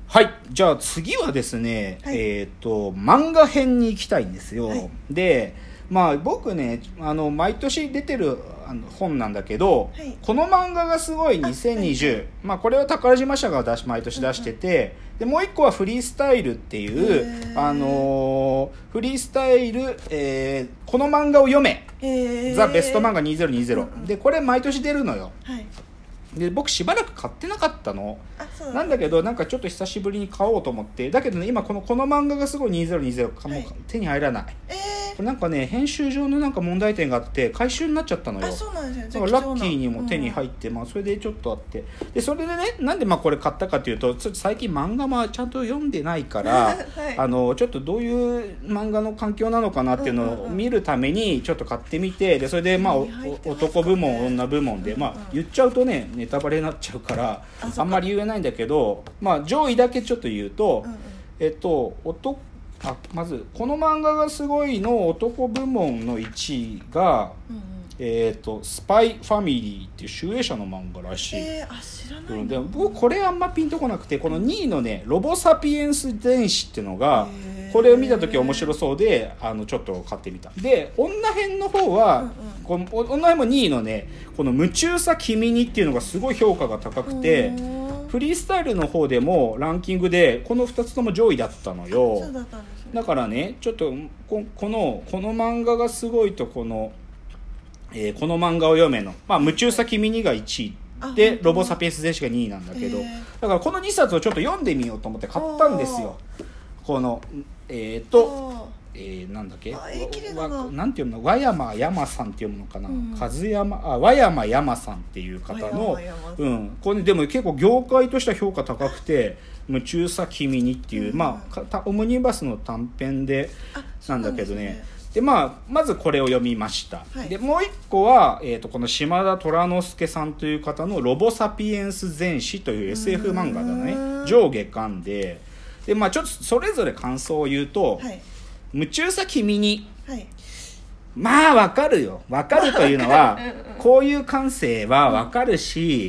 はい、じゃあ次はですね、 はい漫画編に行きたいんですよ、 はい、 でまあ僕ね毎年出てる本なんだけど、 はい、 この漫画がすごい2020、 はいまあ、これは宝島社が毎年出してて、でもう一個はフリースタイルっていう、フリースタイル、この漫画を読め、ザ・ベスト漫画2020、でこれ毎年出るのよ。 はい、 で僕しばらく買ってなかったのそうなんだけど、なんかちょっと久しぶりに買おうと思って、だけどね今この漫画がすごい2020もう手に入らない、これなんかね編集上のなんか問題点があって回収になっちゃったのよ。 そうなんですよ。 だからラッキーにも手に入って、まあそれでちょっとあって、でそれでね、なんでまあこれ買ったかというと、ちょっと最近漫画もちゃんと読んでないから、 はい、 ちょっとどういう漫画の環境なのかなっていうのを見るためにちょっと買ってみて、でそれでまあ男部門女部門で、まあ言っちゃうとねネタバレになっちゃうからあんまり言えないんだけど、まあ上位だけちょっと言うと、まずこの漫画がすごいの男部門の1位が、スパイファミリーっていう集英社の漫画らしい。 知らないな。 でも僕これあんまピンとこなくて、この2位のねロボサピエンス電子っていうのがこれを見た時面白そうでちょっと買ってみた。で女編の方は、この女編も2位のねこの夢中さ君にっていうのがすごい評価が高くて、フリースタイルの方でもランキングでこの2つとも上位だったのよ。 そうだったんですね。 だからねちょっとこの漫画がすごいとこの漫画を読めの、まあ、夢中さ君にが1位でロボサピエンス電子が2位なんだけど、だからこの2冊をちょっと読んでみようと思って買ったんですよ。このなんだっけ、なんていうの、和山山さんっていうものかな、和山山さんっていう方の、これでも結構業界としては評価高くて、夢中さ君にっていう、まあオムニバスの短編でなんだけどね。でまずこれを読みました、でもう一個は、この島田虎之介さんという方のロボサピエンス全史という SF 漫画だね、上下巻で、まあちょっとそれぞれ感想を言うと、夢中さ君に、まあわかるよ、わかるというのはこういう感性はわかるし、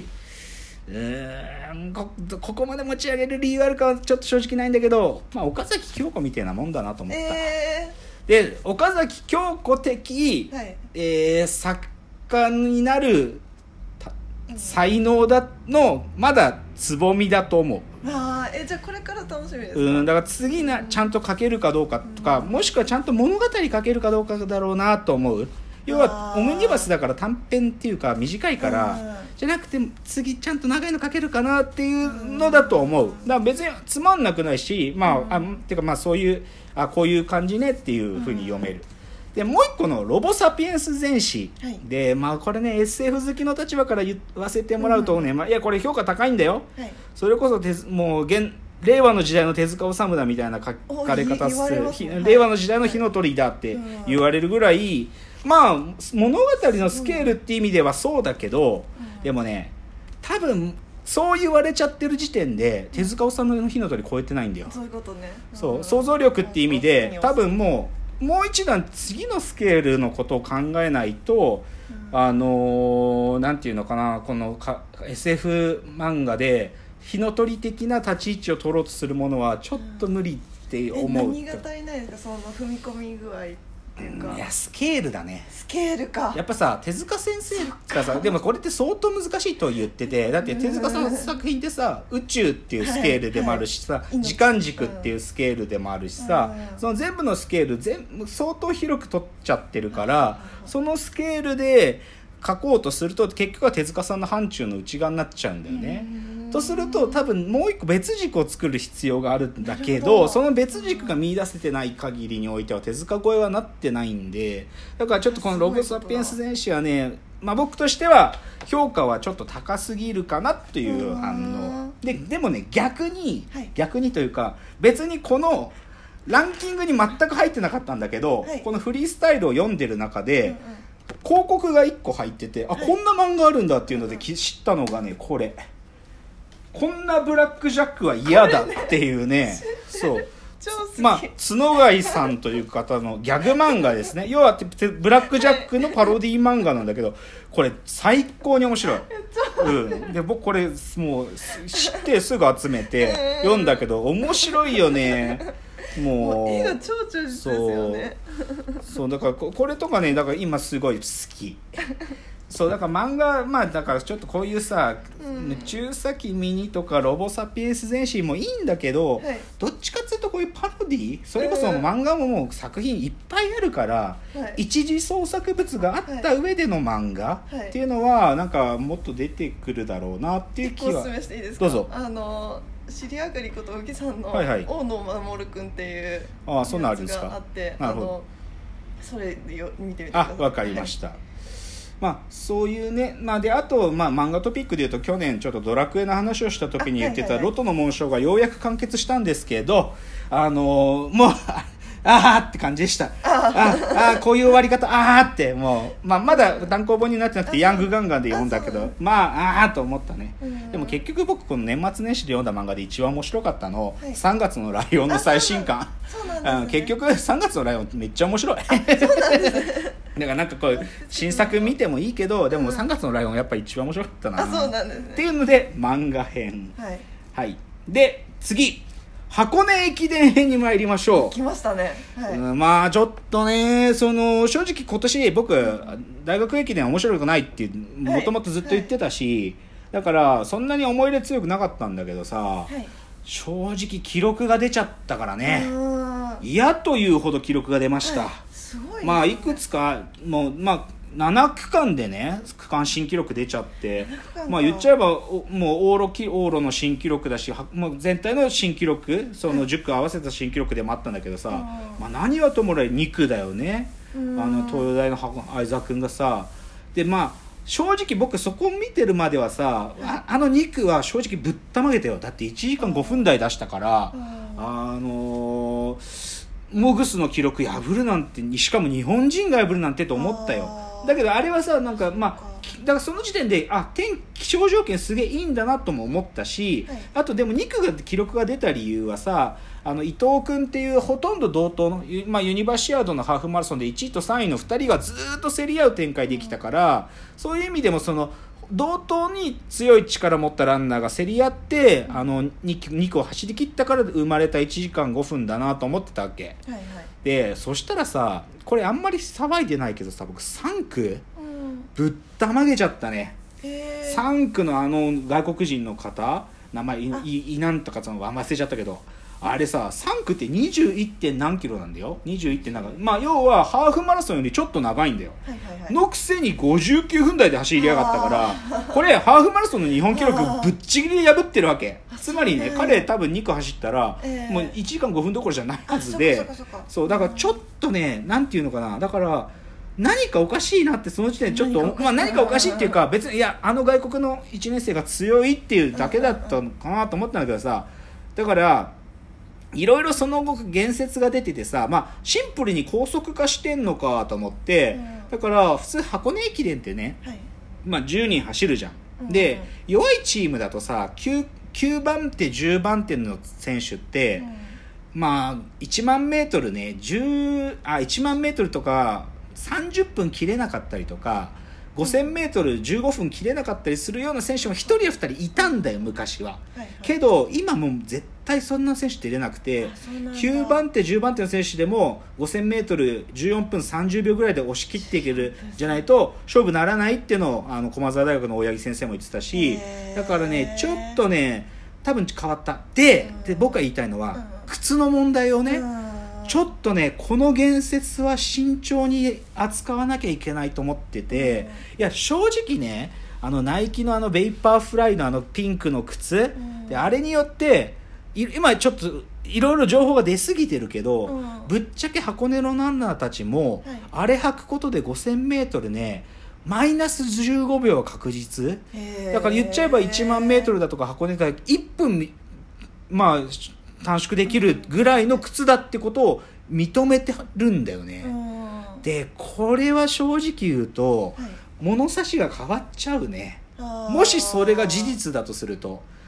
ここまで持ち上げる理由あるかはちょっと正直ないんだけど、まあ岡崎京子みたいなもんだなと思った、で岡崎京子的、作家になる才能だのまだつぼみだと思う。 じゃあこれから楽しみですか。 だから次ちゃんと書けるかどうかとか、もしくはちゃんと物語書けるかどうかだろうなと思う。要はオムニバスだから短編っていうか短いから、じゃなくて次ちゃんと長いの書けるかなっていうのだと思う。だから別につまんなくないし、てかまあそういうこういう感じねっていう風に読める。でもう一個のロボサピエンス全史、でまあこれね SF 好きの立場から言わせてもらうとね、いやこれ評価高いんだよ、それこそもう令和の時代の手塚治虫だみたいな書かれ方する、令和の時代の火の鳥だって言われるぐらい、まあ物語のスケールって意味ではそうだけど、でもね多分そう言われちゃってる時点で手塚治虫の火の鳥超えてないんだよ。 そういうことね。 そう想像力って意味で多分もう一段次のスケールのことを考えないと、なんていうのかな、このSF 漫画で火の鳥的な立ち位置を取ろうとするものはちょっと無理って思う。 何が足りないですか、その踏み込み具合っていうか。 いやスケールだね。 スケールか。 やっぱさ手塚先生がさ、でもこれって相当難しいと言ってて、だって手塚さんの作品ってさ宇宙っていうスケールでもあるしさ、時間軸っていうスケールでもあるしさ、その全部のスケール全部相当広く取っちゃってるから、そのスケールで書こうとすると結局は手塚さんの範疇の内側になっちゃうんだよね。とすると多分もう一個別軸を作る必要があるんだけど、その別軸が見出せてない限りにおいては手塚超えはなってないんで、だからちょっとこのロボサピエンス全史はね、僕としては評価はちょっと高すぎるかなという反応でもね逆にというか、別にこのランキングに全く入ってなかったんだけど、このフリースタイルを読んでる中で、広告が1個入ってて、こんな漫画あるんだっていうので知ったのがね、こんなブラックジャックは嫌だっていうねそう超好き、 まあ角貝さんという方のギャグ漫画ですね。要はブラックジャックのパロディ漫画なんだけど、これ最高に面白い。で僕これもう知ってすぐ集めて読んだけど面白いよね。もう絵が超忠実ですよね。 そうだからこれとかね、だから今すごい好き。そうだから漫画、まあだからちょっとこういうさ、宇宙先ミニとかロボサピエンス全史もいいんだけど、 はい、 どっちかっていうとこういうパロディ、それこそ漫画ももう作品いっぱいあるから、一次創作物があった上での漫画っていうのはなんかもっと出てくるだろうなっていう気は。 おすすめしていいですか。 どうぞ。 知りあかりことうきさんのはいはい、 大野守君っていうああ、そんなあるんやつですか。 があって、 なるほど。 それで見てみてください。 あ、わかりました。まあそういうね、まあであとまあ漫画トピックでいうと去年ちょっとドラクエの話をした時に言ってたロトの紋章がようやく完結したんですけど、もうあーって感じでした。こういう終わり方、ってもう、まあ、まだ単行本になってなくてヤングガンガンで読んだけど、まあと思ったね。でも結局僕この年末年始で読んだ漫画で一番面白かったの、3月のライオンの最新刊。結局3月のライオンめっちゃ面白い。だからなんかこう新作見てもいいけど、でも3月のライオンやっぱり一番面白かったな。 そうなんですね。 っていうので漫画編。はい。で次。箱根駅伝編に参りましょう。 来ましたね。 まあちょっとね、正直今年僕大学駅伝面白くないってもともとずっと言ってたし、だからそんなに思い入れ強くなかったんだけどさ、正直記録が出ちゃったからね、嫌というほど記録が出ました。 すごいね。 まあいくつかもう7区間でね区間新記録出ちゃって、まあ言っちゃえばもう往路の新記録だし、もう全体の新記録、その10区合わせた新記録でもあったんだけどさ、まあ何はともあれ2区だよね。東洋大の相澤君がさ、でまあ正直僕そこを見てるまではさ、2区は正直ぶったまげたよ。だって1時間5分台出したから、モグスの記録破るなんて、しかも日本人が破るなんてと思ったよ。だけどあれはさ、なんかまあだからその時点で気象条件すげえいいんだなとも思ったし、あとでも2区が記録が出た理由はさ、伊藤君っていうほとんど同等の、まあ、ユニバーシアードのハーフマラソンで1位と3位の2人がずっと競り合う展開できたから、そういう意味でもその同等に強い力を持ったランナーが競り合って2区を走り切ったから生まれた1時間5分だなと思ってたわけ、でそしたらさ、これあんまり騒いでないけどさ、僕3区ぶったまげちゃったね。3区の外国人の方、名前なんとか忘れちゃったけど、あれさ3区って 21. 点何キロなんだよ。21点長い、まあ要はハーフマラソンよりちょっと長いんだよ、のくせに59分台で走りやがったから、これハーフマラソンの日本記録ぶっちぎりで破ってるわけ。つまりね、彼多分2区走ったら、もう1時間5分どころじゃないはずで、そうだからちょっとね、なんていうのかな、だから何かおかしいなってその時点でちょっと何かおかしいっていうか、別に外国の1年生が強いっていうだけだったのかなと思ったんだけどさ、だからいろいろその後言説が出ててさ、まあシンプルに高速化してんのかと思って、だから普通箱根駅伝ってね、まあ10人走るじゃん、で弱いチームだとさ 9番手10番手の選手って、まあ1万メートルね1万メートルとか30分切れなかったりとか、5000メートル15分切れなかったりするような選手も1人や2人いたんだよ昔は、けど今もう絶対そんな選手出れなくて、9番手10番手の選手でも5000メートル14分30秒ぐらいで押し切っていけるじゃないと勝負ならないっていうのを駒澤大学の大八木先生も言ってたし、だからねちょっとね多分変わった。で僕が言いたいのは、靴の問題をね、ちょっとねこの言説は慎重に扱わなきゃいけないと思ってて、いや正直ねナイキのベイパーフライのピンクの靴、であれによって今ちょっといろいろ情報が出過ぎてるけど、ぶっちゃけ箱根のランナーたちも、あれ履くことで 5000m ねマイナス15秒は確実だから、言っちゃえば1万メートルだとか箱根だと1分まあ短縮できるぐらいの靴だってことを認めてるんだよね。でこれは正直言うと、物差しが変わっちゃうね。もしそれが事実だとすると、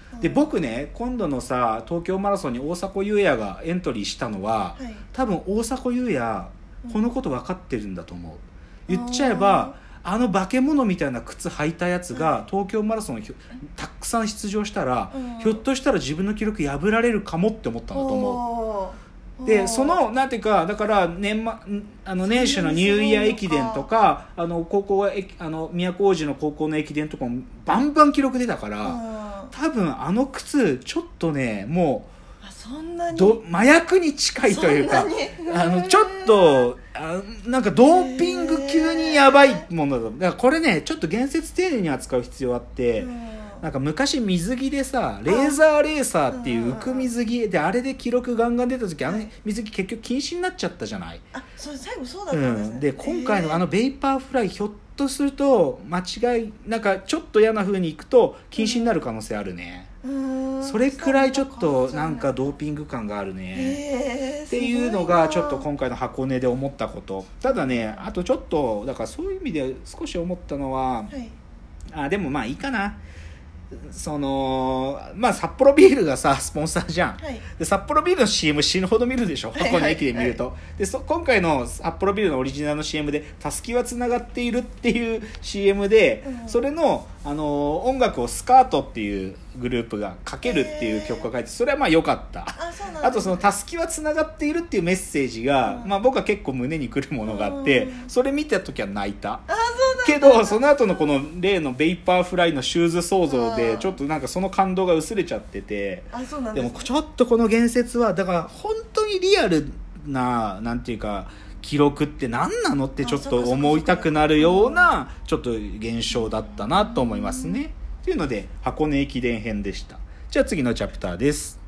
で僕ね今度のさ東京マラソンに大迫勇也がエントリーしたのは、 はい、 多分大迫勇也このこと分かってるんだと思う。言っちゃえばあの化け物みたいな靴履いたやつが東京マラソンにたくさん出場したら、ひょっとしたら自分の記録破られるかもって思ったんだと思う。でそのなんていうかだから年始のニューイヤー駅伝とか高校都大路の高校の駅伝とかもバンバン記録出たから、多分あの靴ちょっとねもうそんなに麻薬に近いというかちょっとなんかドーピング級にやばいものだからこれねちょっと言説丁寧に扱う必要あって、なんか昔水着でさレーザーレーサーっていう浮く水着であれで記録ガンガン出た時あの水着結局禁止になっちゃったじゃない。 それ最後そうだったんですね。 で今回のベイパーフライひょっとすると間違いなんかちょっと嫌な風にいくと禁止になる可能性あるね。それくらいちょっとなんかドーピング感があるねっていうのがちょっと今回の箱根で思ったこと。ただねあとちょっとだからそういう意味で少し思ったのは、でもまあいいかな。札幌ビールがさスポンサーじゃん、で札幌ビールの CM 死ぬほど見るでしょ、箱根駅で見ると、で今回の札幌ビールのオリジナルの CM でたすきはつながっているっていう CM で、それの、音楽をスカートっていうグループがかけるっていう曲が書いて、それはまあ良かった。あとそのたすきはつながっているっていうメッセージが、僕は結構胸にくるものがあって、それ見た時は泣いた。けどその後のこの例のベイパーフライのシューズ創造でちょっとなんかその感動が薄れちゃってて、でもちょっとこの言説はだから本当にリアルななんていうか記録って何なのってちょっと思いたくなるようなちょっと現象だったなと思いますね。というので箱根駅伝編でした。じゃあ次のチャプターです。